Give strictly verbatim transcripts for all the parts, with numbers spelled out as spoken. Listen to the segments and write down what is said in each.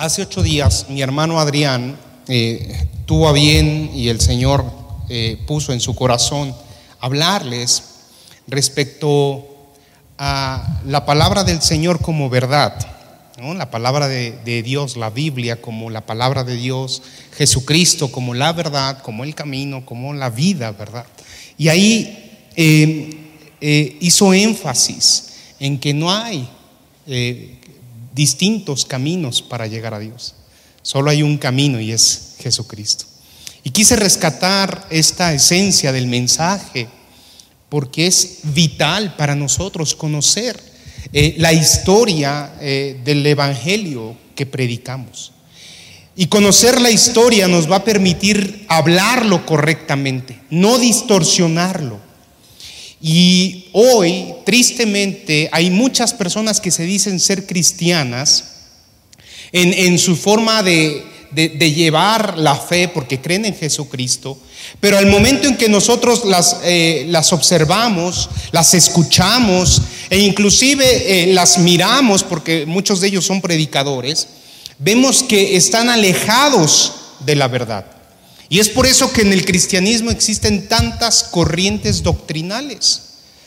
Hace ocho días mi hermano Adrián eh, tuvo a bien y el Señor eh, puso en su corazón hablarles respecto a la palabra del Señor como verdad, ¿no? La palabra de, de Dios, la Biblia como la palabra de Dios, Jesucristo como la verdad, como el camino, como la vida, ¿verdad? Y ahí eh, eh, hizo énfasis en que no hay eh, distintos caminos para llegar a Dios. Solo hay un camino y es Jesucristo. Y quise rescatar esta esencia del mensaje porque es vital para nosotros conocer eh, la historia eh, del evangelio que predicamos. Y conocer la historia nos va a permitir hablarlo correctamente, no distorsionarlo. Y hoy, tristemente, hay muchas personas que se dicen ser cristianas en, en su forma de, de, de llevar la fe porque creen en Jesucristo, pero al momento en que nosotros las, eh, las observamos, las escuchamos e inclusive eh, las miramos, porque muchos de ellos son predicadores, vemos que están alejados de la verdad. Y es por eso que en el cristianismo existen tantas corrientes doctrinales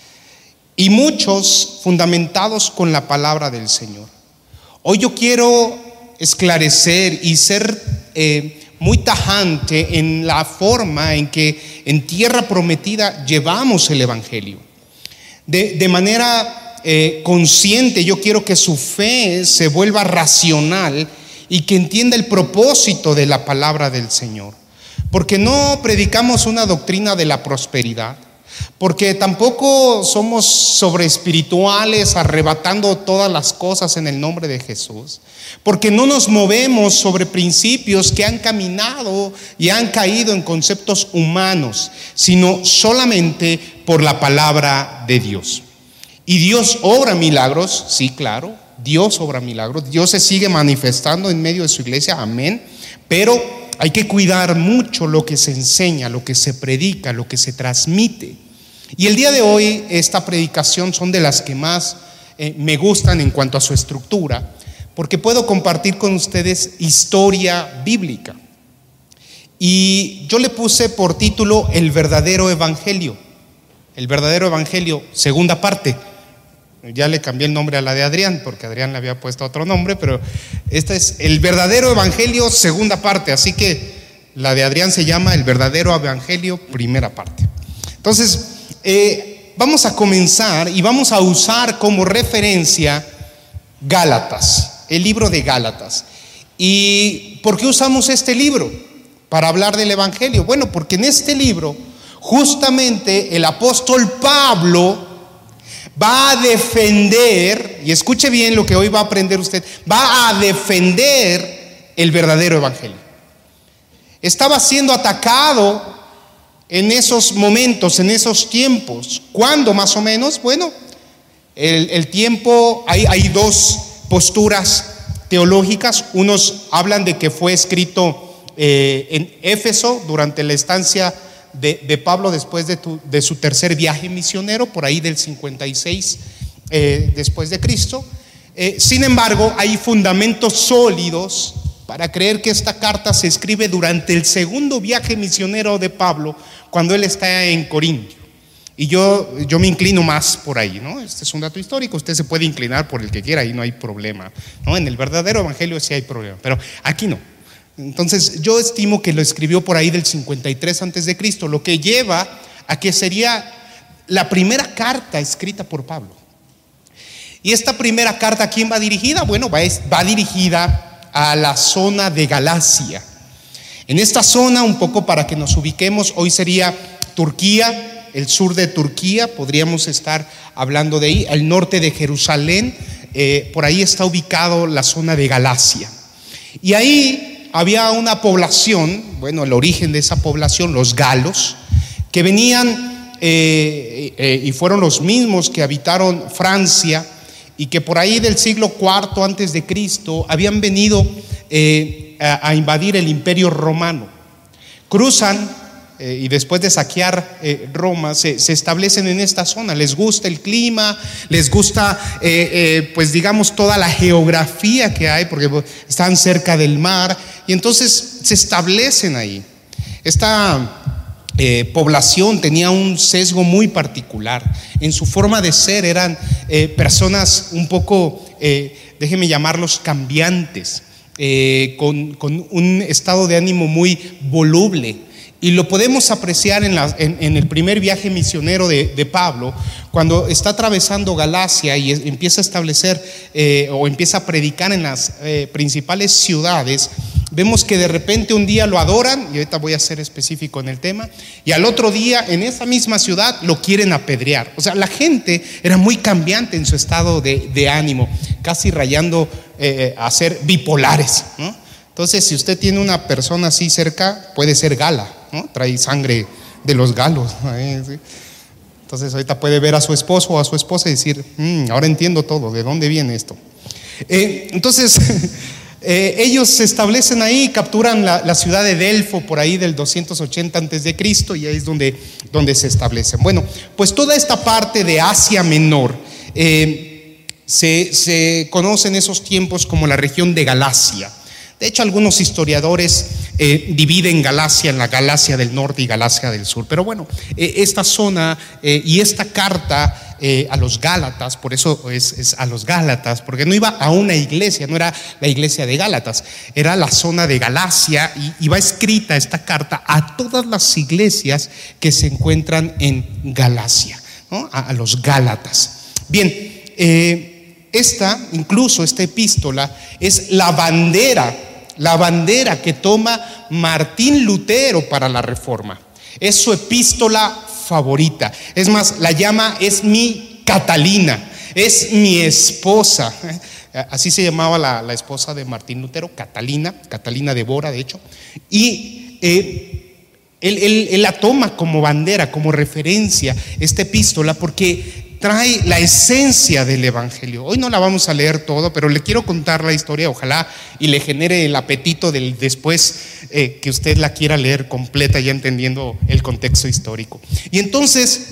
y muchos fundamentados con la palabra del Señor. Hoy yo quiero esclarecer y ser eh, muy tajante en la forma en que en tierra prometida llevamos el evangelio. De, de manera eh, consciente, yo quiero que su fe se vuelva racional y que entienda el propósito de la palabra del Señor. Porque no predicamos una doctrina de la prosperidad, porque tampoco somos sobreespirituales arrebatando todas las cosas en el nombre de Jesús, porque no nos movemos sobre principios que han caminado y han caído en conceptos humanos, sino solamente por la palabra de Dios. Y Dios obra milagros, sí, claro, Dios obra milagros, Dios se sigue manifestando en medio de su iglesia, amén, pero hay que cuidar mucho lo que se enseña, lo que se predica, lo que se transmite. Y el día de hoy esta predicación son de las que más eh, me gustan en cuanto a su estructura, porque puedo compartir con ustedes historia bíblica. Y yo le puse por título El verdadero evangelio. El verdadero evangelio, segunda parte. Ya le cambié el nombre a la de Adrián, porque Adrián le había puesto otro nombre, pero esta es el verdadero evangelio, segunda parte. Así que la de Adrián se llama El verdadero evangelio, primera parte. Entonces, eh, vamos a comenzar y vamos a usar como referencia Gálatas, el libro de Gálatas. ¿Y por qué usamos este libro para hablar del evangelio? Bueno, porque en este libro justamente el apóstol Pablo va a defender, y escuche bien lo que hoy va a aprender usted, va a defender el verdadero evangelio. Estaba siendo atacado en esos momentos, en esos tiempos. ¿Cuándo más o menos? Bueno, el, el tiempo, hay, hay dos posturas teológicas. Unos hablan de que fue escrito eh, en Éfeso durante la estancia De, de Pablo después de, tu, de su tercer viaje misionero, por ahí del cincuenta y seis eh, después de Cristo. Eh, sin embargo, hay fundamentos sólidos para creer que esta carta se escribe durante el segundo viaje misionero de Pablo, cuando él está en Corintio. Y yo, yo me inclino más por ahí, ¿no? Este es un dato histórico, usted se puede inclinar por el que quiera, ahí no hay problema, ¿no? En el verdadero evangelio sí hay problema, pero aquí no. Entonces yo estimo que lo escribió por ahí del cincuenta y tres antes de Cristo, lo que lleva a que sería la primera carta escrita por Pablo. Y esta primera carta, ¿a quién va dirigida? Bueno, va, va dirigida a la zona de Galacia. En esta zona, un poco para que nos ubiquemos, hoy sería Turquía, el sur de Turquía, podríamos estar hablando de ahí, al norte de Jerusalén, eh, por ahí está ubicado la zona de Galacia. Y ahí había una población, bueno, el origen de esa población, los galos, que venían eh, eh, y fueron los mismos que habitaron Francia y que por ahí del siglo cuarto antes de Cristo habían venido eh, a, a invadir el imperio romano. Cruzan eh, y después de saquear eh, Roma, se, se establecen en esta zona. Les gusta el clima, les gusta, eh, eh, pues digamos, toda la geografía que hay, porque están cerca del mar, y entonces se establecen ahí. Esta eh, población tenía un sesgo muy particular. En su forma de ser eran eh, personas un poco, eh, déjenme llamarlos cambiantes, eh, con, con un estado de ánimo muy voluble. Y lo podemos apreciar en, la, en, en el primer viaje misionero de, de Pablo, cuando está atravesando Galacia y es, empieza a establecer eh, o empieza a predicar en las eh, principales ciudades. Vemos que de repente un día lo adoran, y ahorita voy a ser específico en el tema, y al otro día en esa misma ciudad lo quieren apedrear. O sea, la gente era muy cambiante en su estado de, de ánimo, casi rayando eh, a ser bipolares, ¿no? Entonces, si usted tiene una persona así cerca, puede ser gala, ¿no? Trae sangre de los galos, ¿eh? ¿Sí? Entonces ahorita puede ver a su esposo o a su esposa y decir, mmm, ahora entiendo todo, ¿de dónde viene esto? Eh, entonces... Eh, ellos se establecen ahí, capturan la, la ciudad de Delfo por ahí del doscientos ochenta antes de Cristo, y ahí es donde, donde se establecen. Bueno, pues toda esta parte de Asia Menor eh, se, se conoce en esos tiempos como la región de Galacia. De hecho, algunos historiadores eh, dividen Galacia en la Galacia del norte y Galacia del sur. Pero bueno, eh, esta zona eh, y esta carta eh, a los Gálatas, por eso es, es a los Gálatas, porque no iba a una iglesia, no era la iglesia de Gálatas, era la zona de Galacia, y, y va escrita esta carta a todas las iglesias que se encuentran en Galacia, ¿no? a, a los Gálatas. Bien, eh, esta, incluso esta epístola, es la bandera. La bandera que toma Martín Lutero para la Reforma. Es su epístola favorita. Es más, la llama, es mi Catalina, es mi esposa. Así se llamaba la, la esposa de Martín Lutero, Catalina, Catalina de Bora, de hecho. Y eh, él, él, él la toma como bandera, como referencia, esta epístola, porque trae la esencia del evangelio. Hoy no la vamos a leer todo, pero le quiero contar la historia, ojalá y le genere el apetito del después eh, que usted la quiera leer completa, ya entendiendo el contexto histórico. Y entonces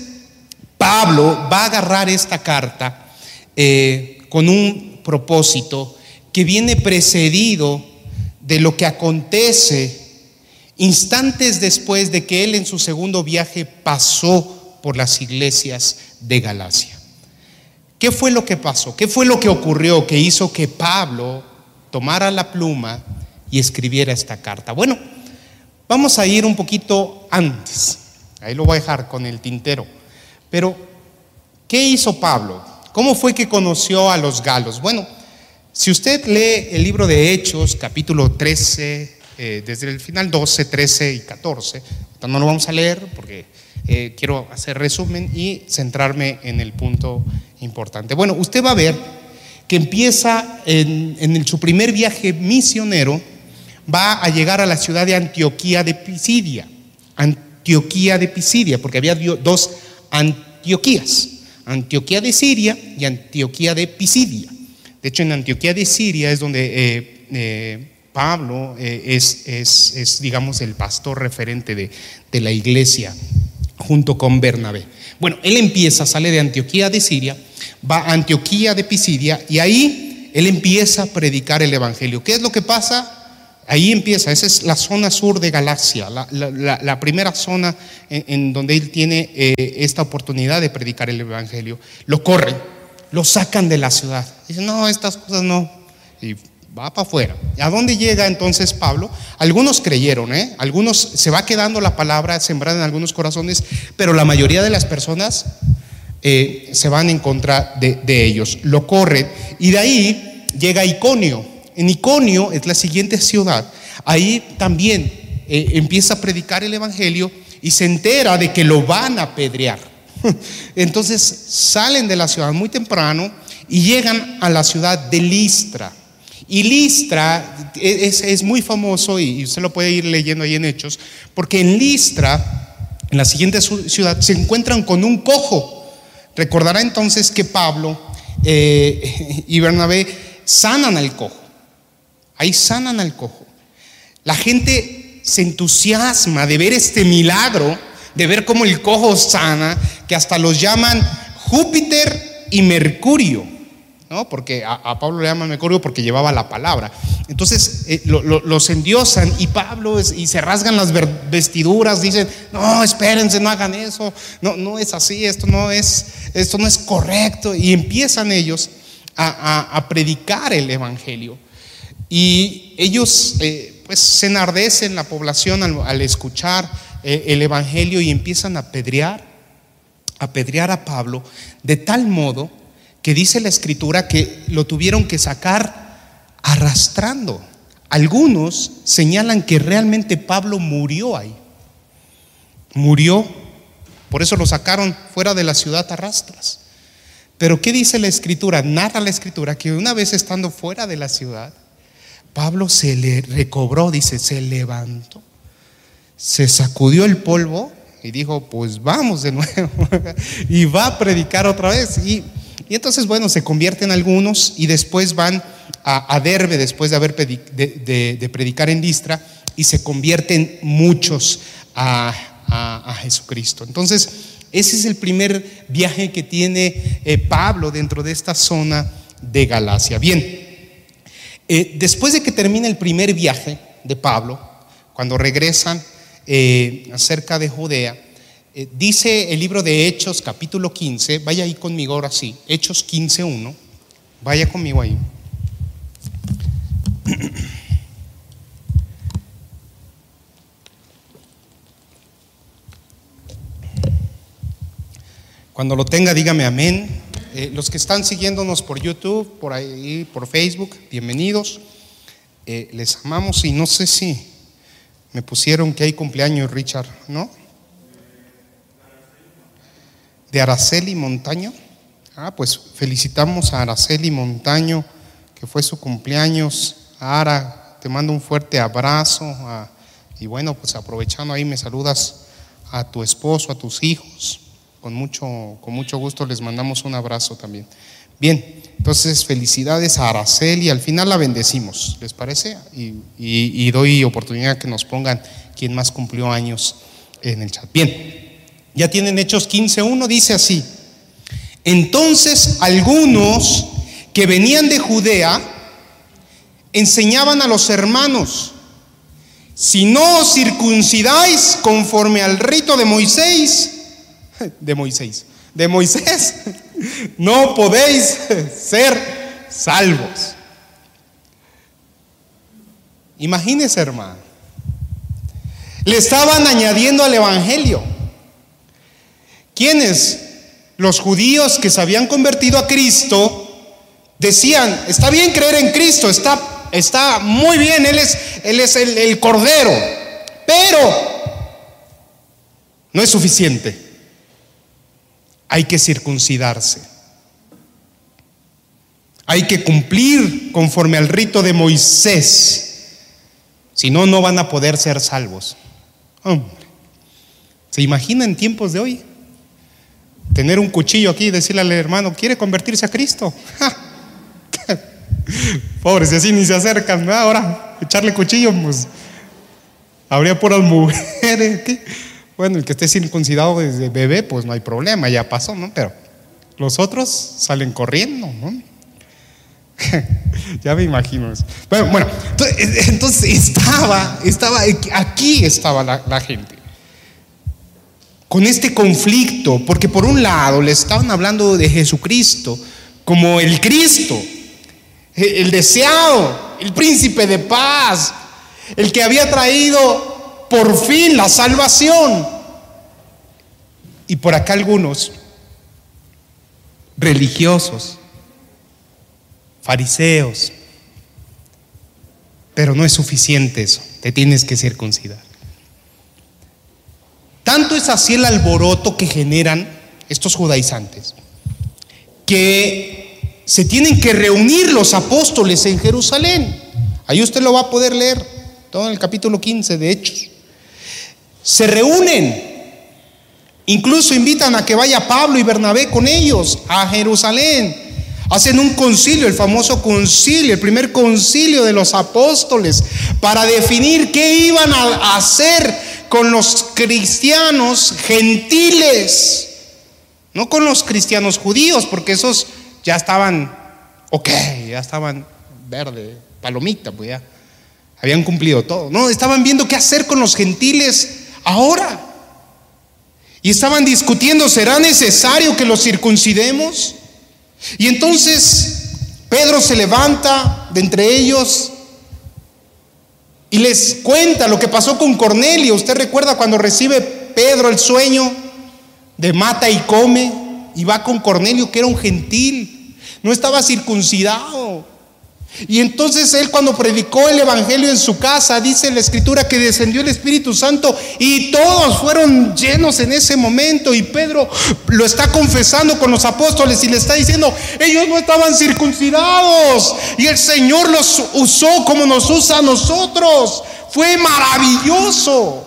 Pablo va a agarrar esta carta eh, con un propósito que viene precedido de lo que acontece instantes después de que él en su segundo viaje pasó por las iglesias de Galacia. ¿Qué fue lo que pasó? ¿Qué fue lo que ocurrió que hizo que Pablo tomara la pluma y escribiera esta carta? Bueno, vamos a ir un poquito antes. Ahí lo voy a dejar con el tintero. Pero, ¿qué hizo Pablo? ¿Cómo fue que conoció a los galos? Bueno, si usted lee el libro de Hechos, capítulo trece, eh, desde el final doce, trece y catorce, no lo vamos a leer porque Eh, quiero hacer resumen y centrarme en el punto importante. Bueno, usted va a ver que empieza en, en el, su primer viaje misionero, va a llegar a la ciudad de Antioquía de Pisidia. Antioquía de Pisidia, porque había dos Antioquías, Antioquía de Siria y Antioquía de Pisidia. De hecho, en Antioquía de Siria es donde eh, eh, Pablo eh, es, es, es, digamos, el pastor referente de, de la iglesia, junto con Bernabé. Bueno, él empieza, sale de Antioquía de Siria, va a Antioquía de Pisidia, y ahí él empieza a predicar el evangelio. ¿Qué es lo que pasa? Ahí empieza, esa es la zona sur de Galacia, la, la, la, la primera zona en, en donde él tiene eh, esta oportunidad de predicar el evangelio. Lo corren, lo sacan de la ciudad. Dicen, no, estas cosas no. Y va para afuera. ¿A dónde llega entonces Pablo? Algunos creyeron, ¿eh? Algunos, se va quedando la palabra sembrada en algunos corazones, pero la mayoría de las personas eh, se van en contra de, de ellos. Lo corren, y de ahí llega a Iconio. En Iconio es la siguiente ciudad. Ahí también eh, empieza a predicar el evangelio y se entera de que lo van a apedrear. Entonces salen de la ciudad muy temprano y llegan a la ciudad de Listra. Y Listra es, es muy famoso, y usted lo puede ir leyendo ahí en Hechos, porque en Listra, en la siguiente ciudad, se encuentran con un cojo. Recordará entonces que Pablo eh, y Bernabé sanan al cojo. Ahí sanan al cojo. La gente se entusiasma de ver este milagro, de ver cómo el cojo sana, que hasta los llaman Júpiter y Mercurio, ¿no? Porque a, a Pablo le llaman Mercurio porque llevaba la palabra. Entonces eh, lo, lo, los endiosan, y Pablo es, y se rasgan las vestiduras, dicen: no, espérense, no hagan eso, no, no es así, esto no es, esto no es correcto. Y empiezan ellos a, a, a predicar el evangelio, y ellos eh, pues se enardecen la población al, al escuchar eh, el evangelio, y empiezan a apedrear, a apedrear a Pablo, de tal modo que dice la escritura que lo tuvieron que sacar arrastrando. Algunos señalan que realmente Pablo murió ahí, murió, por eso lo sacaron fuera de la ciudad a rastras. Pero ¿qué dice la escritura? Narra la escritura que una vez estando fuera de la ciudad, Pablo se le recobró, dice, se levantó, se sacudió el polvo y dijo: pues vamos de nuevo, y va a predicar otra vez. Y Y entonces, bueno, se convierten algunos, y después van a, a Derbe, después de haber pedi, de, de, de predicar en Listra, y se convierten muchos a, a, a Jesucristo. Entonces, ese es el primer viaje que tiene eh, Pablo dentro de esta zona de Galacia. Bien, eh, después de que termina el primer viaje de Pablo, cuando regresan eh, acerca de Judea, Eh, dice el libro de Hechos capítulo quince, vaya ahí conmigo ahora sí, Hechos quince uno, vaya conmigo ahí. Cuando lo tenga, dígame amén. Eh, los que están siguiéndonos por YouTube, por ahí, por Facebook, bienvenidos. Eh, les amamos, y no sé si me pusieron que hay cumpleaños, Richard, ¿no? De Araceli Montaño. Ah, pues felicitamos a Araceli Montaño, que fue su cumpleaños. Ara, te mando un fuerte abrazo. A, y bueno, pues aprovechando ahí, me saludas a tu esposo, a tus hijos. Con mucho, con mucho gusto les mandamos un abrazo también. Bien, entonces felicidades a Araceli. Al final la bendecimos, ¿les parece? Y, y, y doy oportunidad que nos pongan quién más cumplió años en el chat. Bien. Ya tienen Hechos quince uno, dice así: entonces algunos que venían de Judea enseñaban a los hermanos: si no os circuncidáis conforme al rito de Moisés, de Moisés, de Moisés, no podéis ser salvos. Imagínense, hermano, le estaban añadiendo al evangelio. ¿Quiénes? Los judíos que se habían convertido a Cristo decían: está bien creer en Cristo, está, está muy bien, Él es, él es el, el Cordero, pero no es suficiente, hay que circuncidarse, hay que cumplir conforme al rito de Moisés, si no, no van a poder ser salvos. Hombre, ¿se imagina en tiempos de hoy? Tener un cuchillo aquí y decirle al hermano: ¿quiere convertirse a Cristo? Pobres, y así ni se acercan, ¿no? Ahora, echarle cuchillo, pues habría puras mujeres. ¿Qué? Bueno, el que esté circuncidado desde bebé, pues no hay problema, ya pasó, ¿no? Pero los otros salen corriendo, ¿no? Ya me imagino eso. Bueno, bueno, entonces, entonces estaba, estaba, aquí estaba la, la gente con este conflicto, porque por un lado le estaban hablando de Jesucristo como el Cristo, el deseado, el príncipe de paz, el que había traído por fin la salvación. Y por acá algunos religiosos, fariseos: pero no es suficiente eso, te tienes que circuncidar. Tanto es así el alboroto que generan estos judaizantes, que se tienen que reunir los apóstoles en Jerusalén. Ahí usted lo va a poder leer, todo en el capítulo quince de Hechos. Se reúnen, incluso invitan a que vaya Pablo y Bernabé con ellos a Jerusalén, Hacen un concilio, el famoso concilio, el primer concilio de los apóstoles, para definir qué iban a hacer con los cristianos gentiles, no con los cristianos judíos, porque esos ya estaban, ok, ya estaban verde, palomita, pues ya habían cumplido todo. No, estaban viendo qué hacer con los gentiles ahora. Y estaban discutiendo, ¿será necesario que los circuncidemos? Y entonces Pedro se levanta de entre ellos y les cuenta lo que pasó con Cornelio. Usted recuerda cuando recibe Pedro el sueño de mata y come, y va con Cornelio, que era un gentil, no estaba circuncidado. Y entonces él, cuando predicó el evangelio en su casa, dice la escritura que descendió el Espíritu Santo y todos fueron llenos en ese momento. Y Pedro lo está confesando con los apóstoles y le está diciendo: ellos no estaban circuncidados y el Señor los usó como nos usa a nosotros. Fue maravilloso.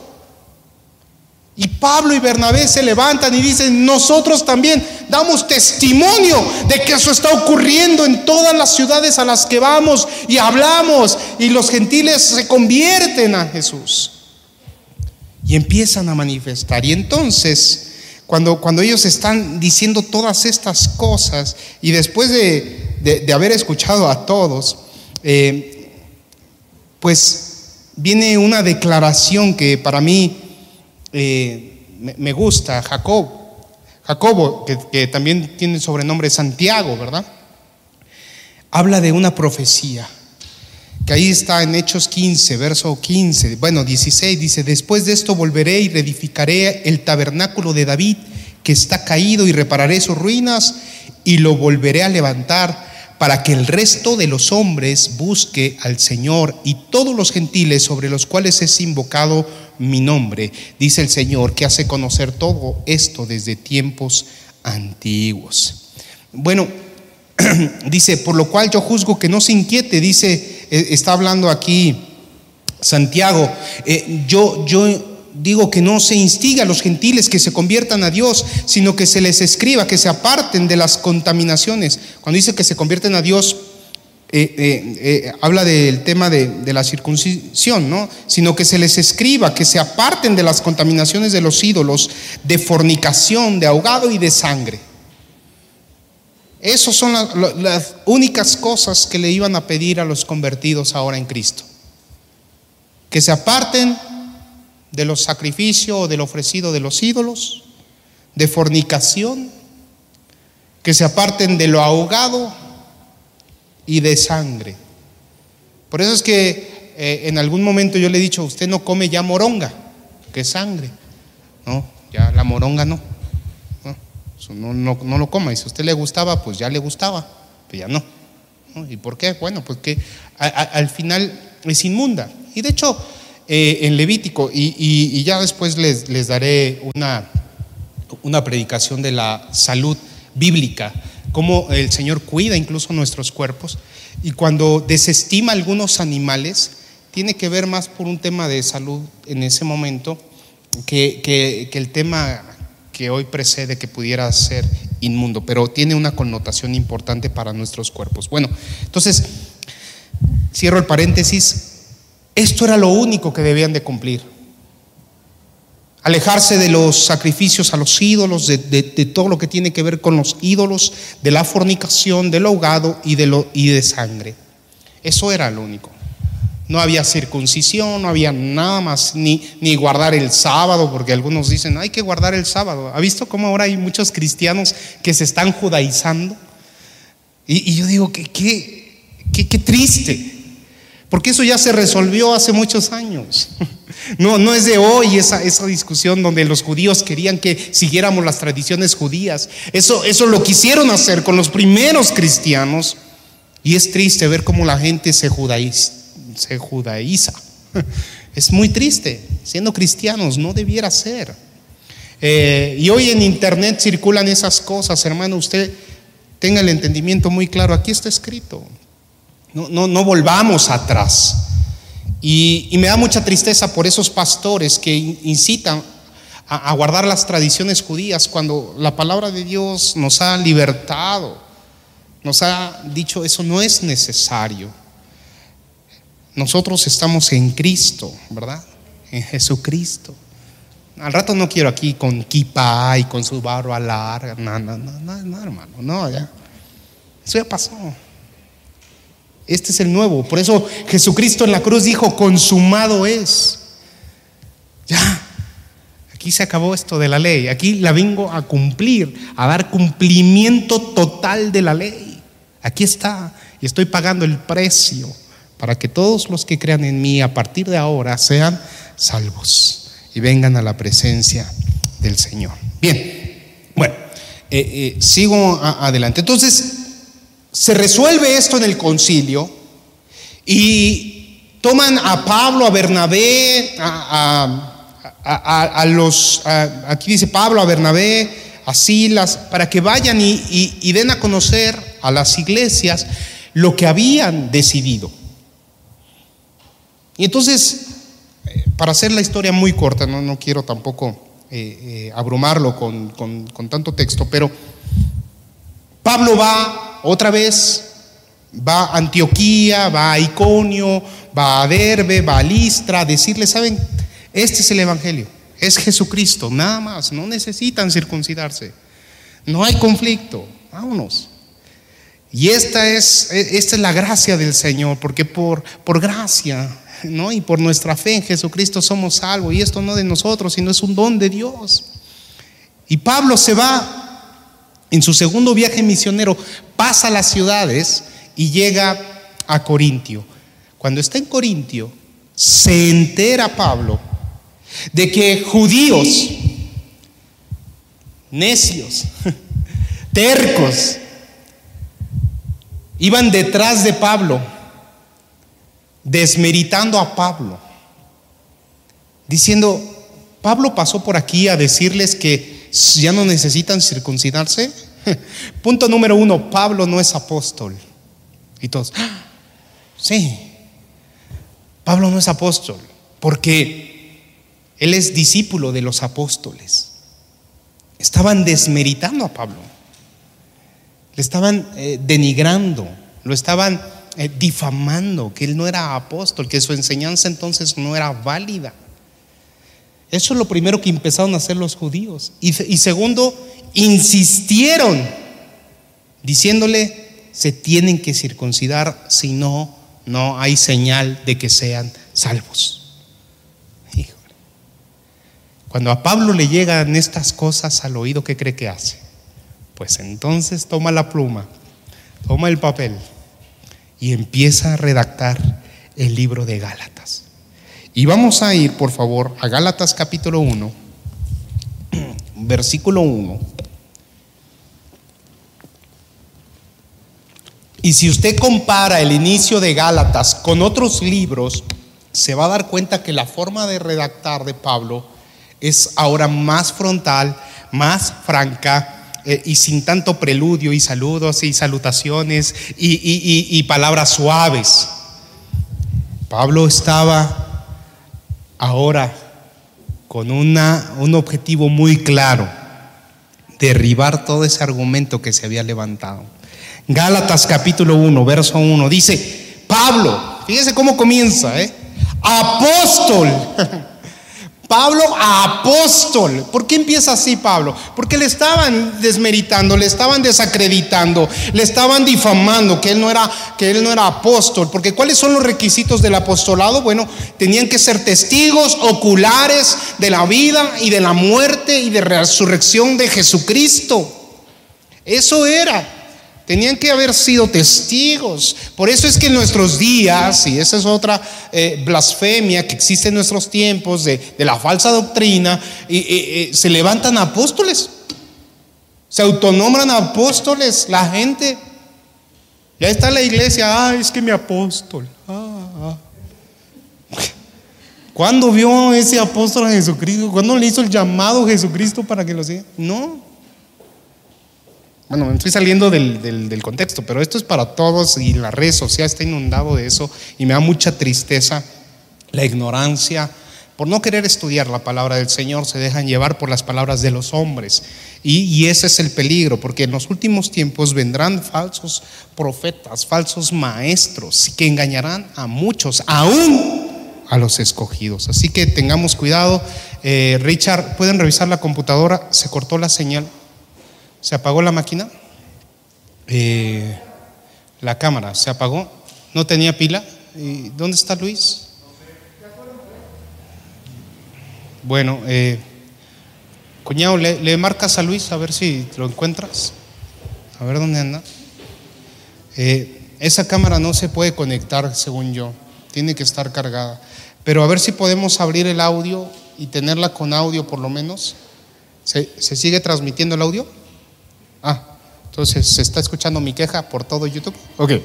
Y Pablo y Bernabé se levantan y dicen: nosotros también damos testimonio de que eso está ocurriendo en todas las ciudades a las que vamos y hablamos, y los gentiles se convierten a Jesús y empiezan a manifestar. Y entonces cuando, cuando ellos están diciendo todas estas cosas, y después de, de, de haber escuchado a todos, eh, pues viene una declaración que para mí Eh, me, me gusta. Jacob, Jacobo, que, que también tiene el sobrenombre Santiago, ¿verdad? Habla de una profecía que ahí está en Hechos quince, verso quince, bueno, dieciséis, dice: después de esto volveré y reedificaré el tabernáculo de David, que está caído, y repararé sus ruinas y lo volveré a levantar, para que el resto de los hombres busque al Señor, y todos los gentiles sobre los cuales es invocado mi nombre, dice el Señor, que hace conocer todo esto desde tiempos antiguos. Bueno, dice: por lo cual yo juzgo que no se inquiete. Dice, está hablando aquí Santiago, eh, yo, yo digo que no se instiga a los gentiles que se conviertan a Dios, sino que se les escriba que se aparten de las contaminaciones. Cuando dice que se convierten a Dios, eh, eh, eh, habla del tema de, de la circuncisión, ¿no? Sino que se les escriba que se aparten de las contaminaciones de los ídolos, de fornicación, de ahogado y de sangre. Esas son las, las únicas cosas que le iban a pedir a los convertidos ahora en Cristo: que se aparten de los sacrificios o del ofrecido de los ídolos, de fornicación, que se aparten de lo ahogado y de sangre. Por eso es que eh, en algún momento yo le he dicho: usted no come ya moronga, que es sangre. No, ya la moronga no. No, no, no, no lo coma. Y si a usted le gustaba, pues ya le gustaba, pero ya no. ¿No? ¿Y por qué? Bueno, pues que a, a, al final es inmunda. Y de hecho, Eh, en Levítico, y, y, y ya después les, les daré una, una predicación de la salud bíblica, cómo el Señor cuida incluso nuestros cuerpos, y cuando desestima algunos animales, tiene que ver más por un tema de salud en ese momento que, que, que el tema que hoy precede, que pudiera ser inmundo, pero tiene una connotación importante para nuestros cuerpos. Bueno, entonces cierro el paréntesis. Esto era lo único que debían de cumplir: alejarse de los sacrificios a los ídolos, de, de, de todo lo que tiene que ver con los ídolos, de la fornicación, del ahogado y de, lo, y de sangre. Eso era lo único. No había circuncisión, no había nada más, ni, ni guardar el sábado, porque algunos dicen: hay que guardar el sábado. ¿Ha visto cómo ahora hay muchos cristianos que se están judaizando? Y, y yo digo que qué qué triste, porque eso ya se resolvió hace muchos años. No, no es de hoy esa, esa discusión donde los judíos querían que siguiéramos las tradiciones judías. Eso, eso lo quisieron hacer con los primeros cristianos, y es triste ver cómo la gente se judaiza, se judaiza. Es muy triste. Siendo cristianos no debiera ser. Eh, y hoy en internet circulan esas cosas, hermano. Usted tenga el entendimiento muy claro. Aquí está escrito. No, no, no volvamos atrás. Y, y me da mucha tristeza por esos pastores que incitan a, a guardar las tradiciones judías, cuando la palabra de Dios nos ha libertado nos ha dicho eso no es necesario. Nosotros estamos en Cristo, ¿verdad? En Jesucristo. Al rato no quiero aquí con kippah y con su barba larga. No, no, no, no, no, hermano, no, ya. Eso ya pasó. Este es el nuevo. Por eso Jesucristo en la cruz dijo: consumado es. Ya. Aquí se acabó esto de la ley. Aquí la vengo a cumplir, a dar cumplimiento total de la ley. Aquí está. Y estoy pagando el precio para que todos los que crean en mí a partir de ahora sean salvos y vengan a la presencia del Señor. Bien, bueno, eh, eh, sigo a, adelante. Entonces, se resuelve esto en el concilio y toman a Pablo, a Bernabé, a, a, a, a los, a, aquí dice Pablo, a Bernabé, a Silas, para que vayan y, y, y den a conocer a las iglesias lo que habían decidido. Y entonces, para hacer la historia muy corta, no, no quiero tampoco eh, eh, abrumarlo con, con, con tanto texto, pero Pablo va otra vez, va a Antioquía, va a Iconio, va a Derbe, va a Listra, a decirle: ¿saben? Este es el evangelio, es Jesucristo, nada más, no necesitan circuncidarse, no hay conflicto, vámonos. Y esta es, esta es la gracia del Señor, porque por, por gracia, ¿no? Y por nuestra fe en Jesucristo somos salvos, y esto no de nosotros, sino es un don de Dios. Y Pablo se va en su segundo viaje misionero, pasa las ciudades y llega a Corintio. Cuando está en Corintio, se entera Pablo de que judíos necios, tercos, iban detrás de Pablo, desmeritando a Pablo, diciendo: Pablo pasó por aquí a decirles que ya no necesitan circuncidarse. Punto número uno: Pablo no es apóstol. Y todos: ¡ah! Sí, Pablo no es apóstol, porque él es discípulo de los apóstoles. Estaban desmeritando a Pablo, le estaban eh, denigrando, lo estaban eh, difamando, que él no era apóstol, que su enseñanza entonces no era válida. Eso es lo primero que empezaron a hacer los judíos. Y, y segundo, insistieron diciéndole: se tienen que circuncidar, si no, no hay señal de que sean salvos. Híjole. Cuando a Pablo le llegan estas cosas al oído, ¿qué cree que hace? Pues entonces toma la pluma, toma el papel y empieza a redactar el libro de Gálatas. Y vamos a ir, por favor, a Gálatas capítulo uno, versículo uno. Y si usted compara el inicio de Gálatas con otros libros, se va a dar cuenta que la forma de redactar de Pablo es ahora más frontal, más franca, eh, y sin tanto preludio y saludos y salutaciones y, y, y, y palabras suaves. Pablo estaba ahora con una, un objetivo muy claro: derribar todo ese argumento que se había levantado. Gálatas capítulo uno, verso uno, dice Pablo, fíjese cómo comienza, ¿eh? Apóstol. Pablo, apóstol. ¿Por qué empieza así Pablo? Porque le estaban desmeritando, le estaban desacreditando, le estaban difamando que él no era, que él no era apóstol. Porque ¿cuáles son los requisitos del apostolado? Bueno, tenían que ser testigos oculares de la vida y de la muerte y de resurrección de Jesucristo. Eso era. Tenían que haber sido testigos. Por eso es que en nuestros días, y esa es otra eh, blasfemia que existe en nuestros tiempos de, de la falsa doctrina, y, y, y, se levantan apóstoles, se autonombran apóstoles. La gente ya está en la iglesia: ah, es que mi apóstol. Ah, ah. ¿Cuándo vio ese apóstol a Jesucristo? ¿Cuándo le hizo el llamado a Jesucristo para que lo siga? No. Bueno, me estoy saliendo del, del, del contexto, pero esto es para todos y la red social está inundado de eso, y me da mucha tristeza la ignorancia por no querer estudiar la palabra del Señor, se dejan llevar por las palabras de los hombres. Y, y ese es el peligro, porque en los últimos tiempos vendrán falsos profetas, falsos maestros, que engañarán a muchos, aún a los escogidos. Así que tengamos cuidado. eh, Richard, ¿pueden revisar la computadora? Se cortó la señal, se apagó la máquina, eh, la cámara se apagó, no tenía pila. ¿Y dónde está Luis? Bueno, eh, cuñado, ¿le, ¿le marcas a Luis a ver si lo encuentras? A ver dónde anda. Eh, esa cámara no se puede conectar, según yo, tiene que estar cargada. Pero a ver si podemos abrir el audio y tenerla con audio por lo menos. ¿Se, se sigue transmitiendo el audio? Ah, entonces se está escuchando mi queja por todo YouTube. Ok.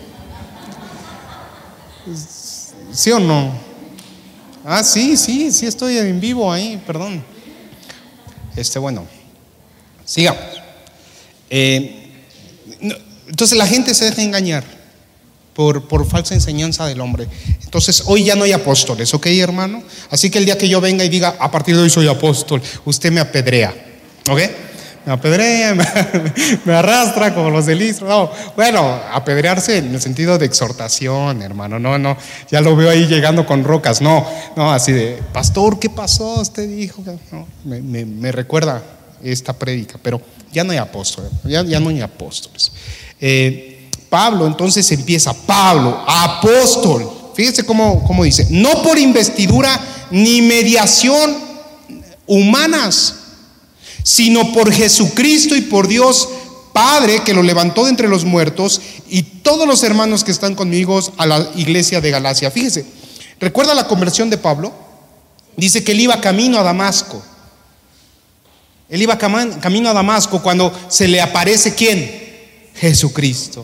¿Sí o no? Ah, sí, sí, sí estoy en vivo ahí, perdón. Este, bueno, sigamos. Eh, no, entonces la gente se deja engañar por, por falsa enseñanza del hombre. Entonces hoy ya no hay apóstoles, ¿ok, hermano? Así que el día que yo venga y diga, a partir de hoy soy apóstol, usted me apedrea, ¿ok? Me apedrea, me, me arrastra como los del Istro. No, bueno, apedrearse en el sentido de exhortación, hermano. No, no, ya lo veo ahí llegando con rocas. No, no, así de, pastor, ¿qué pasó? Usted dijo. No, me, me, me recuerda esta prédica, pero ya no hay apóstoles, ya, ya no hay apóstoles. Eh, Pablo entonces empieza, Pablo, apóstol. Fíjese cómo, cómo dice, no por investidura ni mediación humanas, sino por Jesucristo y por Dios Padre, que lo levantó de entre los muertos, y todos los hermanos que están conmigo a la iglesia de Galacia. Fíjese, ¿recuerda la conversión de Pablo? Dice que él iba camino a Damasco. Él iba cam- camino a Damasco cuando se le aparece ¿quién? Jesucristo.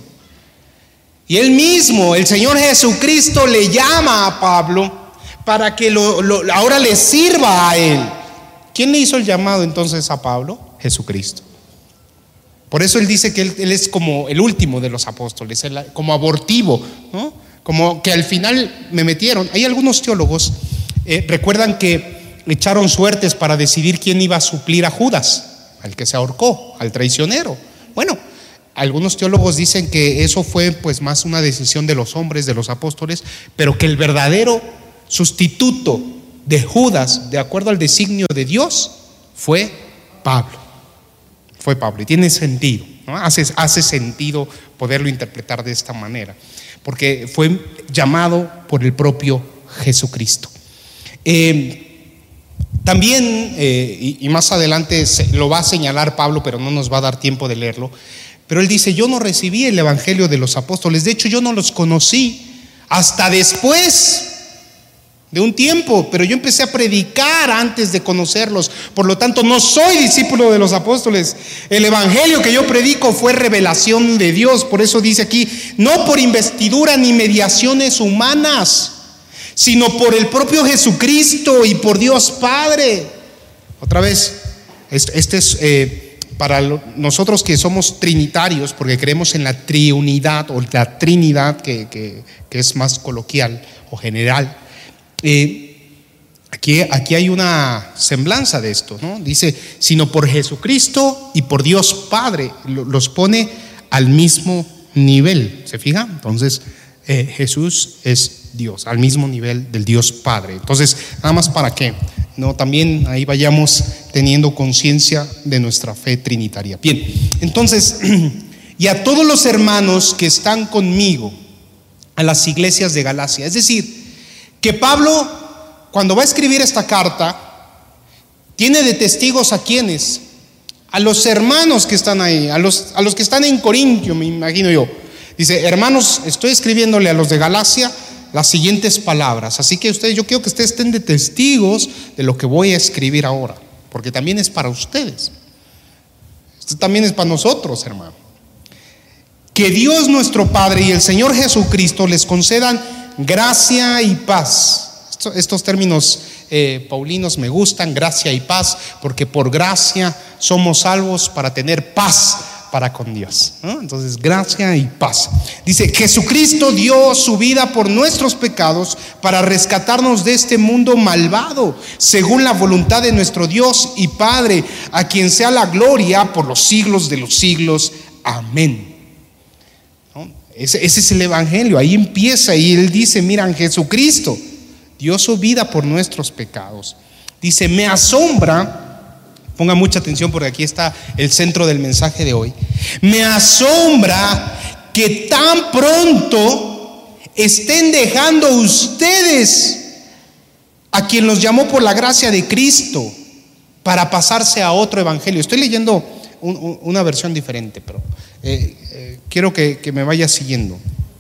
Y él mismo, el Señor Jesucristo, le llama a Pablo para que lo, lo, ahora le sirva a él. ¿Quién le hizo el llamado entonces a Pablo? Jesucristo. Por eso él dice que él, él es como el último de los apóstoles, él, como abortivo, ¿no? Como que al final me metieron. Hay algunos teólogos, eh, recuerdan que echaron suertes para decidir quién iba a suplir a Judas, al que se ahorcó, al traicionero. Bueno, algunos teólogos dicen que eso fue pues más una decisión de los hombres, de los apóstoles, pero que el verdadero sustituto de Judas, de acuerdo al designio de Dios, fue Pablo. Fue Pablo, y tiene sentido, ¿no? Hace, hace sentido poderlo interpretar de esta manera, porque fue llamado por el propio Jesucristo. Eh, también, eh, y, y más adelante se, lo va a señalar Pablo, pero no nos va a dar tiempo de leerlo, pero él dice, yo no recibí el evangelio de los apóstoles, de hecho yo no los conocí hasta después de un tiempo, pero yo empecé a predicar antes de conocerlos, por lo tanto no soy discípulo de los apóstoles. El evangelio que yo predico fue revelación de Dios. Por eso dice aquí, no por investidura ni mediaciones humanas, sino por el propio Jesucristo y por Dios Padre. Otra vez, este, este es eh, para lo, nosotros que somos trinitarios, porque creemos en la triunidad o la Trinidad, que, que, que es más coloquial o general. Eh, aquí, aquí hay una semblanza de esto, ¿no? Dice, sino por Jesucristo y por Dios Padre, los pone al mismo nivel, ¿se fija? Entonces eh, Jesús es Dios, al mismo nivel del Dios Padre. Entonces, nada más para que no también ahí vayamos teniendo conciencia de nuestra fe trinitaria. Bien, entonces, y a todos los hermanos que están conmigo, a las iglesias de Galacia, es decir, que Pablo, cuando va a escribir esta carta, tiene de testigos a quienes, a los hermanos que están ahí, a los, a los que están en Corintio, me imagino yo. Dice, hermanos, estoy escribiéndole a los de Galacia las siguientes palabras, así que ustedes, yo quiero que ustedes estén de testigos de lo que voy a escribir ahora, porque también es para ustedes, esto también es para nosotros, hermano. Que Dios nuestro Padre y el Señor Jesucristo les concedan gracia y paz. Estos, estos términos eh, paulinos me gustan, gracia y paz, porque por gracia somos salvos para tener paz para con Dios, ¿no? Entonces, gracia y paz. Dice, Jesucristo dio su vida por nuestros pecados para rescatarnos de este mundo malvado, según la voluntad de nuestro Dios y Padre, a quien sea la gloria por los siglos de los siglos. Amén. ¿No? Ese, ese es el evangelio. Ahí empieza y él dice, miran, Jesucristo dio su vida por nuestros pecados. Dice, me asombra. Ponga mucha atención porque aquí está el centro del mensaje de hoy. Me asombra que tan pronto estén dejando ustedes a quien los llamó por la gracia de Cristo para pasarse a otro evangelio. Estoy leyendo un, un, una versión diferente, pero eh, eh, quiero que, que me vaya siguiendo.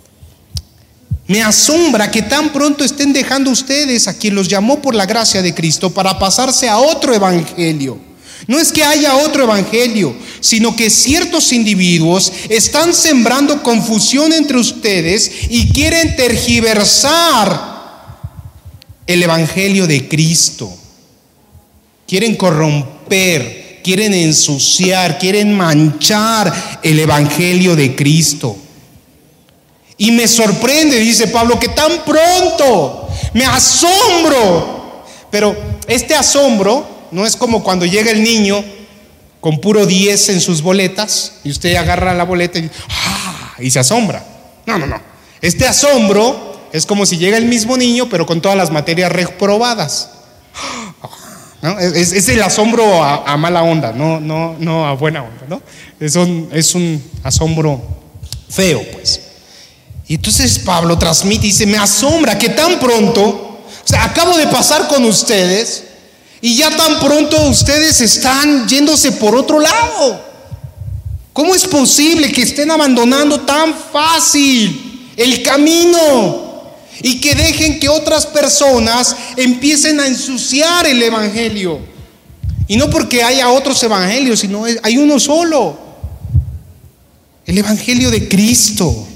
Me asombra que tan pronto estén dejando ustedes a quien los llamó por la gracia de Cristo para pasarse a otro evangelio. No es que haya otro evangelio, sino que ciertos individuos están sembrando confusión entre ustedes y quieren tergiversar el evangelio de Cristo. Quieren corromper, quieren ensuciar, quieren manchar el evangelio de Cristo. Y me sorprende, dice Pablo, que tan pronto, me asombro. Pero este asombro no es como cuando llega el niño con puro diez en sus boletas y usted agarra la boleta y, ¡ah!, y se asombra. No, no, no. Este asombro es como si llega el mismo niño pero con todas las materias reprobadas. ¿No? Es, es el asombro a, a mala onda, no, no, no a buena onda, ¿no? Es un, es un asombro feo, pues. Y entonces Pablo transmite y dice, me asombra que tan pronto, o sea, acabo de pasar con ustedes y ya tan pronto ustedes están yéndose por otro lado. ¿Cómo es posible que estén abandonando tan fácil el camino y que dejen que otras personas empiecen a ensuciar el evangelio? Y no porque haya otros evangelios, sino hay uno solo, el evangelio de Cristo.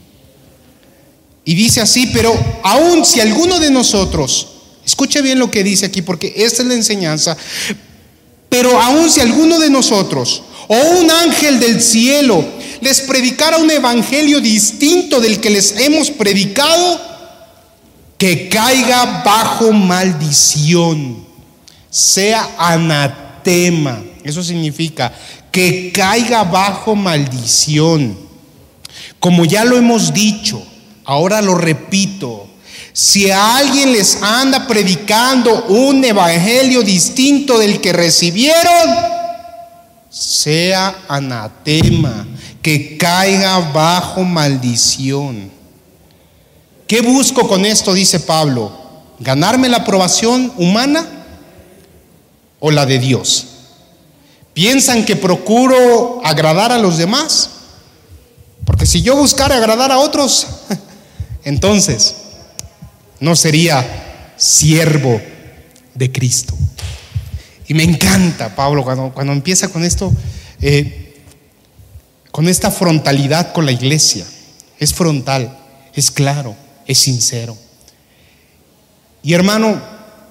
Y dice así, pero aun si alguno de nosotros, escuche bien lo que dice aquí porque esta es la enseñanza, pero aun si alguno de nosotros o un ángel del cielo les predicara un evangelio distinto del que les hemos predicado, que caiga bajo maldición, sea anatema. Eso significa que caiga bajo maldición. Como ya lo hemos dicho, ahora lo repito, si a alguien les anda predicando un evangelio distinto del que recibieron, sea anatema, que caiga bajo maldición. ¿Qué busco con esto? Dice Pablo, ¿ganarme la aprobación humana o la de Dios? ¿Piensan que procuro agradar a los demás? Porque si yo buscara agradar a otros, entonces no sería siervo de Cristo. Y me encanta Pablo cuando, cuando empieza con esto, eh, con esta frontalidad con la iglesia. Es frontal, es claro, es sincero. Y hermano,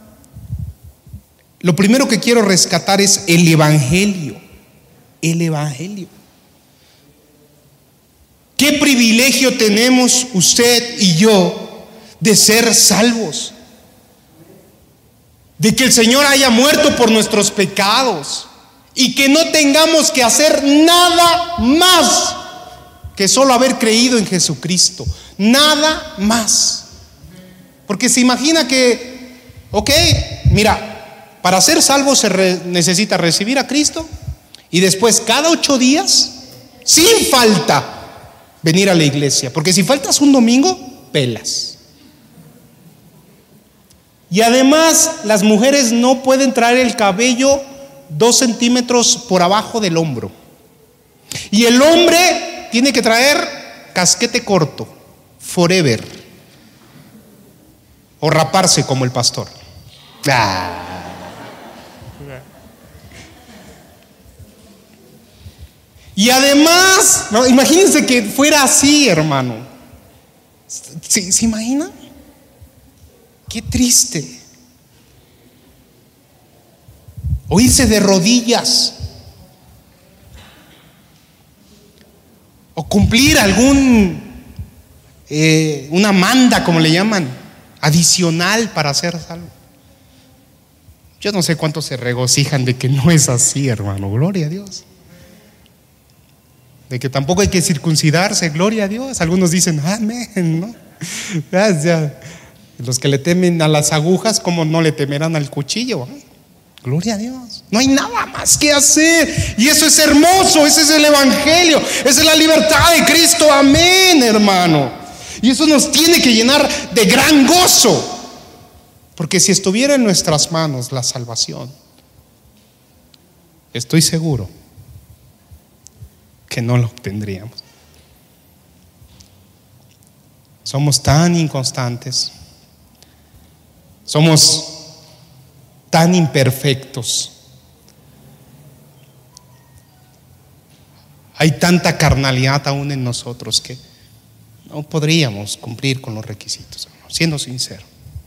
lo primero que quiero rescatar es el evangelio. El evangelio. ¿Qué privilegio tenemos usted y yo de ser salvos? De que el Señor haya muerto por nuestros pecados y que no tengamos que hacer nada más que solo haber creído en Jesucristo. Nada más. Porque se imagina que, ok, mira, para ser salvo se re- necesita recibir a Cristo y después cada ocho días, sin falta, venir a la iglesia. Porque si faltas un domingo, pelas. Y además, las mujeres no pueden traer el cabello dos centímetros por abajo del hombro. Y el hombre tiene que traer casquete corto, forever. O raparse como el pastor. Ah. Y además, no, imagínense que fuera así, hermano. ¿Se, ¿se imagina? Qué triste. O irse de rodillas. o cumplir algún, eh, una manda, como le llaman, adicional para ser salvo. Yo no sé cuántos se regocijan de que no es así, hermano, gloria a Dios. De que tampoco hay que circuncidarse, gloria a Dios. Algunos dicen, amén, ¿no? Ya, los que le temen a las agujas, ¿cómo no le temerán al cuchillo? ¿Eh? Gloria a Dios. No hay nada más que hacer. Y eso es hermoso. Ese es el evangelio. Esa es la libertad de Cristo. Amén, hermano. Y eso nos tiene que llenar de gran gozo. Porque si estuviera en nuestras manos la salvación, estoy seguro que no la obtendríamos. Somos tan inconstantes. Somos tan imperfectos. Hay tanta carnalidad aún en nosotros que no podríamos cumplir con los requisitos, siendo sincero.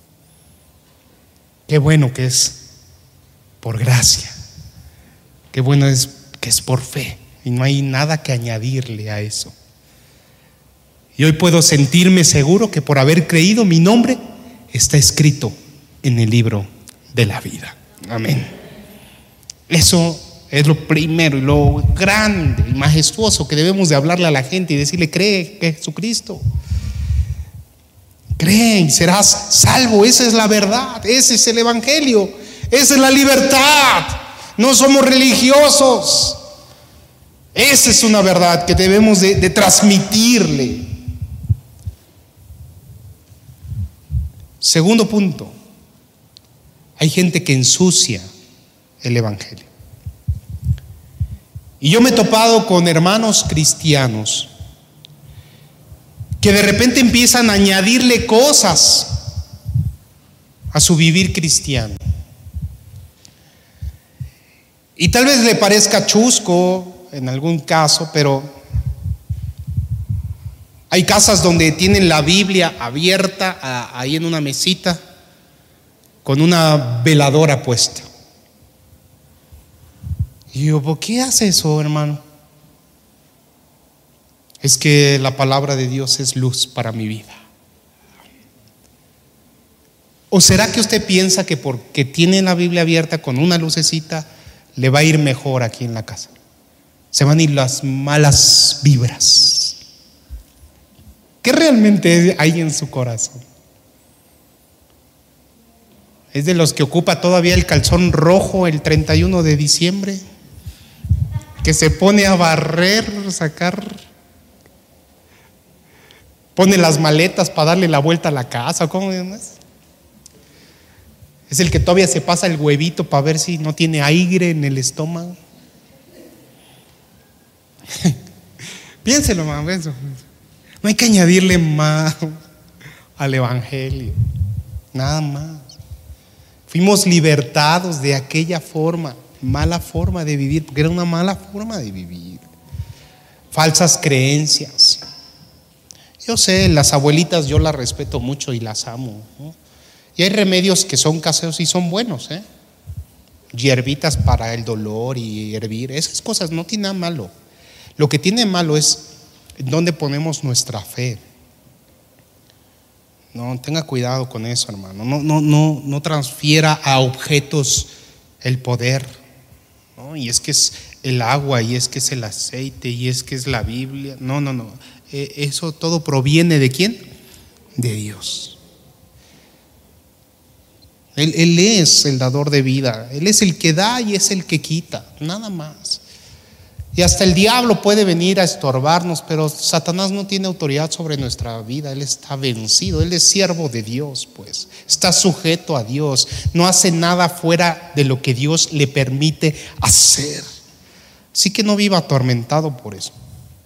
Qué bueno que es por gracia. Qué bueno es que es por fe. Y no hay nada que añadirle a eso. Y hoy puedo sentirme seguro que por haber creído, mi nombre está escrito en el libro de la vida. Amén. Eso es lo primero y lo grande y majestuoso que debemos de hablarle a la gente y decirle: cree que Jesucristo, cree y serás salvo. Esa es la verdad, ese es el evangelio, esa es la libertad. No somos religiosos. Esa es una verdad que debemos de, de transmitirle. Segundo punto, hay gente que ensucia el evangelio. Y yo me he topado con hermanos cristianos que de repente empiezan a añadirle cosas a su vivir cristiano. Y tal vez le parezca chusco en algún caso, pero hay casas donde tienen la Biblia abierta a, ahí en una mesita con una veladora puesta. Y yo, ¿por qué hace eso, hermano? Es que la palabra de Dios es luz para mi vida. ¿O será que usted piensa que porque tiene la Biblia abierta con una lucecita le va a ir mejor aquí en la casa? Se van a ir las malas vibras. ¿Qué realmente hay en su corazón? ¿Es de los que ocupa todavía el calzón rojo el treinta y uno de diciembre? Que se pone a barrer, sacar, pone las maletas para darle la vuelta a la casa. ¿Cómo es? Es el que todavía se pasa el huevito para ver si no tiene aire en el estómago. Piénselo, mamá. No hay que añadirle más al evangelio, nada más. Fuimos libertados de aquella forma, mala forma de vivir, porque era una mala forma de vivir. Falsas creencias. Yo sé, las abuelitas yo las respeto mucho y las amo, ¿no? Y hay remedios que son caseros y son buenos, ¿eh? Hierbitas para el dolor y hervir, esas cosas no tienen nada malo. Lo que tiene malo es dónde ponemos nuestra fe. No, tenga cuidado con eso, hermano. No, no, no, no transfiera a objetos el poder, ¿no? Y es que es el agua, y es que es el aceite, y es que es la Biblia. No, no, no. Eh, eso todo proviene ¿de quién? De Dios. Él, él es el dador de vida. Él es el que da y es el que quita. Nada más. Y hasta el diablo puede venir a estorbarnos, pero Satanás no tiene autoridad sobre nuestra vida. Él está vencido, él es siervo de Dios, pues está sujeto a Dios, no hace nada fuera de lo que Dios le permite hacer. Así que no viva atormentado por eso.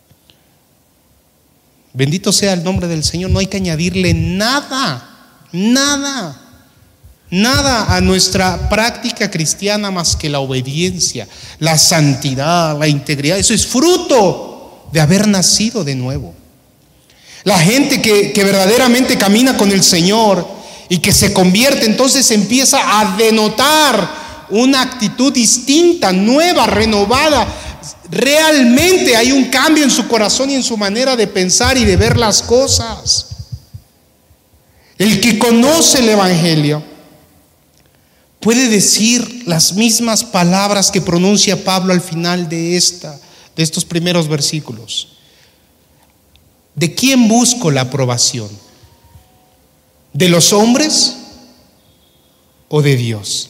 Bendito sea el nombre del Señor. No hay que añadirle nada, nada Nada a nuestra práctica cristiana más que la obediencia, la santidad, la integridad. Eso es fruto de haber nacido de nuevo. La gente que, que verdaderamente camina con el Señor y que se convierte, entonces empieza a denotar una actitud distinta, nueva, renovada. realmente hay un cambio en su corazón y en su manera de pensar y de ver las cosas. El que conoce el Evangelio puede decir las mismas palabras que pronuncia Pablo al final de, esta, de estos primeros versículos. ¿De quién busco la aprobación? ¿De los hombres o de Dios?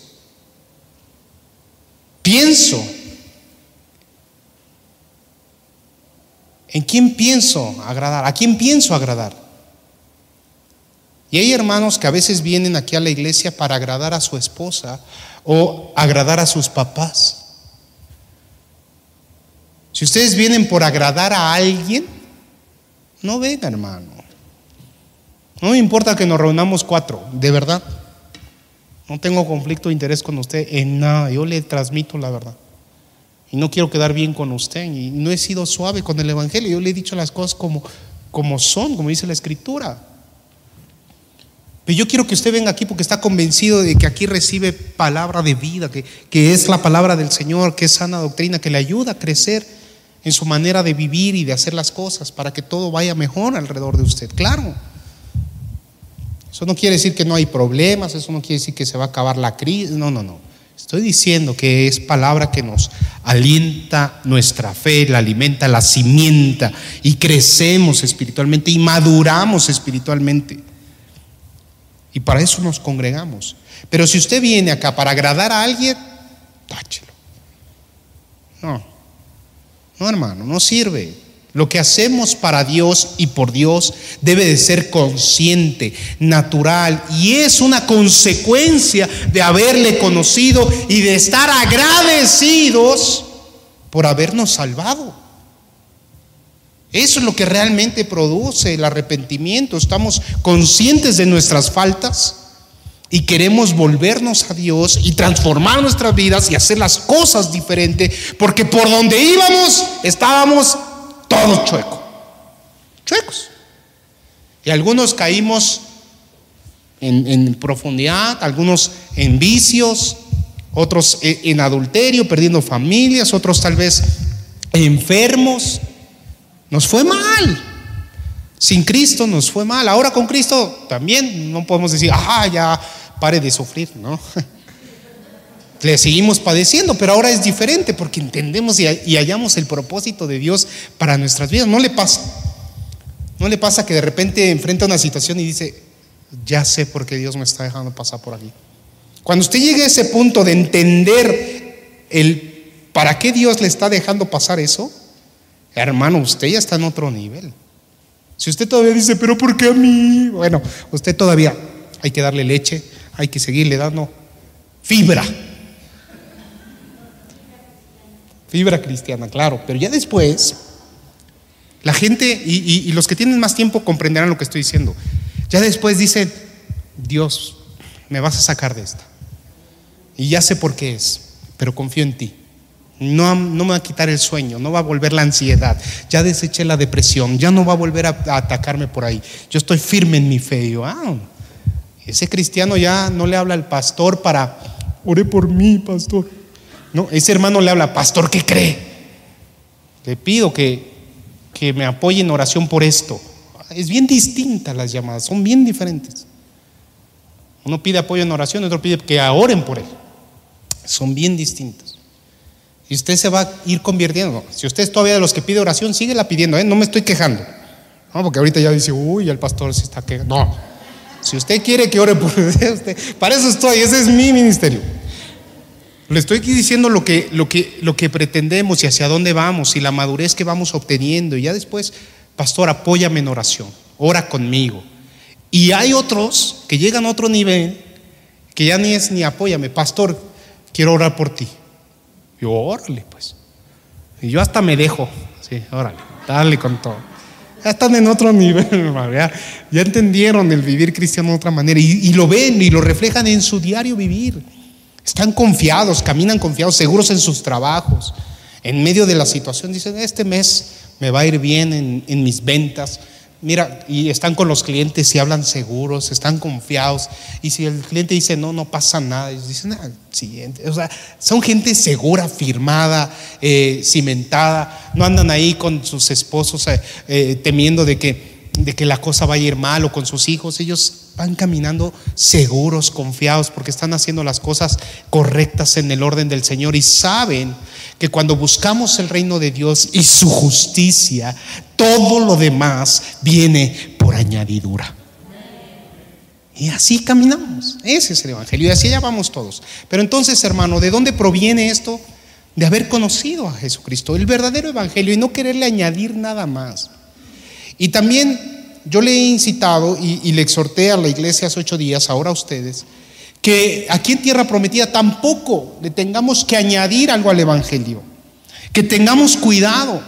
Pienso. ¿En quién pienso agradar? ¿A quién pienso agradar? Y hay hermanos que a veces vienen aquí a la iglesia para agradar a su esposa o agradar a sus papás. Si ustedes vienen por agradar a alguien, no vengan, hermano. No me importa que nos reunamos cuatro, de verdad. No tengo conflicto de interés con usted en nada. Yo le transmito la verdad. Y no quiero quedar bien con usted. Y no he sido suave con el Evangelio. Yo le he dicho las cosas como, como son, como dice la Escritura. Pero yo quiero que usted venga aquí porque está convencido de que aquí recibe palabra de vida, que, que es la palabra del Señor, que es sana doctrina, que le ayuda a crecer en su manera de vivir y de hacer las cosas para que todo vaya mejor alrededor de usted. Claro. Eso no quiere decir que no hay problemas, eso no quiere decir que se va a acabar la crisis. No, no, no. Estoy diciendo que es palabra que nos alienta nuestra fe, la alimenta, la cimienta y crecemos espiritualmente y maduramos espiritualmente. Y para eso nos congregamos. Pero si usted viene acá para agradar a alguien, táchelo. No, no, hermano, no sirve. Lo que hacemos para Dios y por Dios debe de ser consciente, natural, y es una consecuencia de haberle conocido y de estar agradecidos por habernos salvado. Eso es lo que realmente produce el arrepentimiento. Estamos conscientes de nuestras faltas y queremos volvernos a Dios y transformar nuestras vidas y hacer las cosas diferentes, porque por donde íbamos estábamos todos chuecos, chuecos. Y algunos caímos en, en profundidad, algunos en vicios, otros en, en adulterio, perdiendo familias, otros tal vez enfermos. Nos fue mal. Sin Cristo nos fue mal. Ahora con Cristo también no podemos decir, ajá, ya pare de sufrir, ¿no? Le seguimos padeciendo, pero ahora es diferente porque entendemos y, y hallamos el propósito de Dios para nuestras vidas. No le pasa, no le pasa que de repente enfrenta una situación y dice, ya sé por qué Dios me está dejando pasar por aquí. Cuando usted llegue a ese punto de entender el para qué Dios le está dejando pasar eso, hermano, usted ya está en otro nivel. Si usted todavía dice, pero ¿por qué a mí? Bueno, usted todavía hay que darle leche, hay que seguirle dando fibra. Fibra cristiana, claro, pero ya después la gente y, y, y los que tienen más tiempo comprenderán lo que estoy diciendo. Ya después dice, Dios, me vas a sacar de esta y ya sé por qué es, pero confío en ti. No, no me va a quitar el sueño, no va a volver la ansiedad, ya deseché la depresión, ya no va a volver a, a atacarme por ahí. Yo estoy firme en mi fe. Y yo, ah, ese cristiano ya no le habla al pastor para, ore por mí, pastor. No, ese hermano le habla, pastor, ¿qué cree? Le pido que, que me apoye en oración por esto. Es bien distinta las llamadas, son bien diferentes. Uno pide apoyo en oración, otro pide que oren por él. Son bien distintas. Y usted se va a ir convirtiendo. Si usted es todavía de los que pide oración, síguela pidiendo, ¿eh? No me estoy quejando. No, porque ahorita ya dice, uy, el pastor se está quejando. No. Si usted quiere que ore por usted, para eso estoy, ese es mi ministerio. Le estoy aquí diciendo lo que, lo que, lo que pretendemos y hacia dónde vamos y la madurez que vamos obteniendo. Y ya después, pastor, apóyame en oración, ora conmigo. Y hay otros que llegan a otro nivel que ya ni es ni apóyame, pastor, quiero orar por ti. Yo, órale, pues. Y yo hasta me dejo, sí, órale, dale con todo. Ya están en otro nivel, ya, ya entendieron el vivir cristiano de otra manera y, y lo ven y lo reflejan en su diario vivir. Están confiados, caminan confiados, seguros en sus trabajos. En medio de la situación dicen, este mes me va a ir bien en, en mis ventas, Mira, y están con los clientes y hablan seguros, están confiados. Y si el cliente dice no, no pasa nada, ellos dicen ah, siguiente. O sea, son gente segura, firmada, eh, cimentada. No andan ahí con sus esposos eh, eh, temiendo de que, de que la cosa vaya a ir mal, o con sus hijos. Ellos van caminando seguros, confiados, porque están haciendo las cosas correctas en el orden del Señor, y saben que cuando buscamos el reino de Dios y su justicia, todo lo demás viene por añadidura. Y así caminamos. Ese es el evangelio, y así allá vamos todos. Pero entonces, hermano, ¿de dónde proviene esto? De haber conocido a Jesucristo, el verdadero evangelio, y no quererle añadir nada más. Y también yo le he incitado y, y le exhorté a la iglesia hace ocho días, ahora a ustedes, que aquí en Tierra Prometida tampoco le tengamos que añadir algo al evangelio, que tengamos cuidado,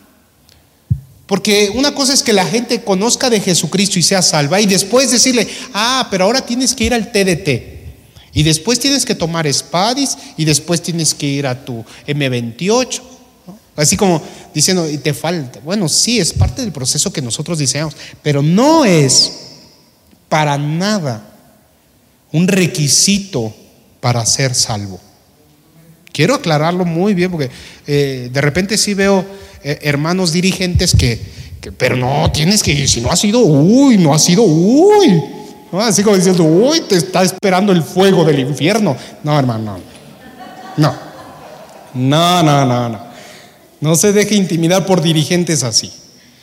porque una cosa es que la gente conozca de Jesucristo y sea salva, y después decirle, ah, pero ahora tienes que ir al T D T, y después tienes que tomar Spadis, y después tienes que ir a tu eme veintiocho, ¿no? Así como diciendo, y te falta. Bueno, sí, es parte del proceso que nosotros diseñamos, pero no es para nada un requisito para ser salvo. Quiero aclararlo muy bien, porque eh, de repente sí veo eh, hermanos dirigentes que, que, pero no, tienes que ir, si no has ido, uy, no has ido, uy, ¿no? Así como diciendo, uy, te está esperando el fuego del infierno. No, hermano, no, no, no, no, no, no se deje intimidar por dirigentes así.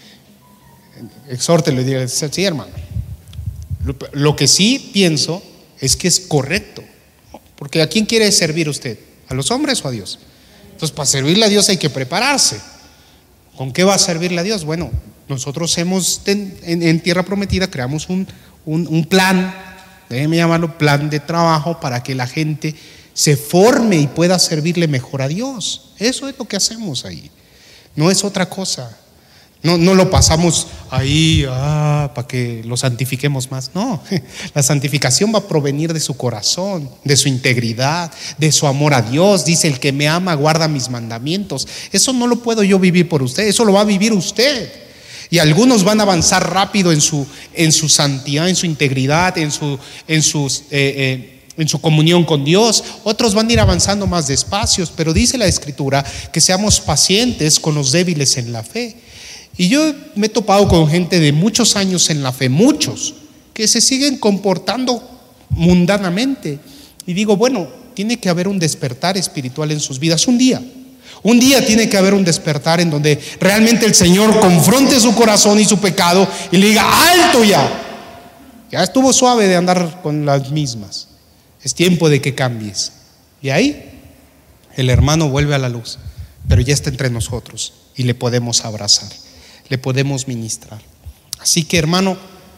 Exhórtelo y diga, sí, hermano, lo, lo que sí pienso es que es correcto, porque ¿a quién quiere servir usted? ¿A los hombres o a Dios? Entonces, para servirle a Dios hay que prepararse. ¿Con qué va a servirle a Dios? Bueno, nosotros hemos en, en, en Tierra Prometida creamos un, un, un plan, déjeme llamarlo plan de trabajo, para que la gente se forme y pueda servirle mejor a Dios. Eso es lo que hacemos ahí, no es otra cosa. No, no lo pasamos ahí ah, para que lo santifiquemos más. No, la santificación va a provenir de su corazón, de su integridad, de su amor a Dios. Dice, el que me ama guarda mis mandamientos. Eso no lo puedo yo vivir por usted, eso lo va a vivir usted. Y algunos van a avanzar rápido en su, en su santidad, en su integridad, en su, en sus, eh, eh, en su comunión con Dios. Otros van a ir avanzando más despacios, pero dice la Escritura que seamos pacientes con los débiles en la fe. Y yo me he topado con gente de muchos años en la fe, muchos, que se siguen comportando mundanamente. Y digo, bueno, tiene que haber un despertar espiritual en sus vidas un día. Un día tiene que haber un despertar en donde realmente el Señor confronte su corazón y su pecado y le diga, ¡alto ya! Ya estuvo suave de andar con las mismas. Es tiempo de que cambies. Y ahí el hermano vuelve a la luz, pero ya está entre nosotros y le podemos abrazar, le podemos ministrar. Así que, hermano,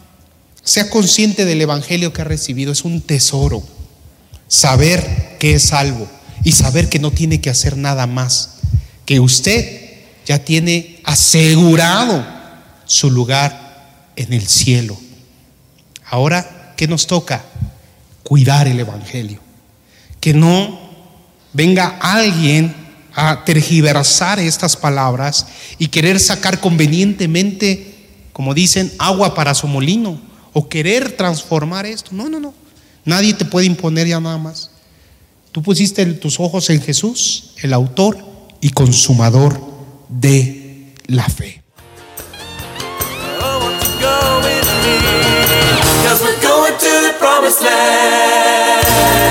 sea consciente del evangelio que ha recibido. Es un tesoro saber que es salvo y saber que no tiene que hacer nada más, que usted ya tiene asegurado su lugar en el cielo. Ahora, ¿qué nos toca? Cuidar el evangelio, que no venga alguien a tergiversar estas palabras y querer sacar convenientemente, como dicen, agua para su molino, o querer transformar esto. No, no, no. Nadie te puede imponer ya nada más. Tú pusiste tus ojos en Jesús, el autor y consumador de la fe. Cause we're going to the promised land.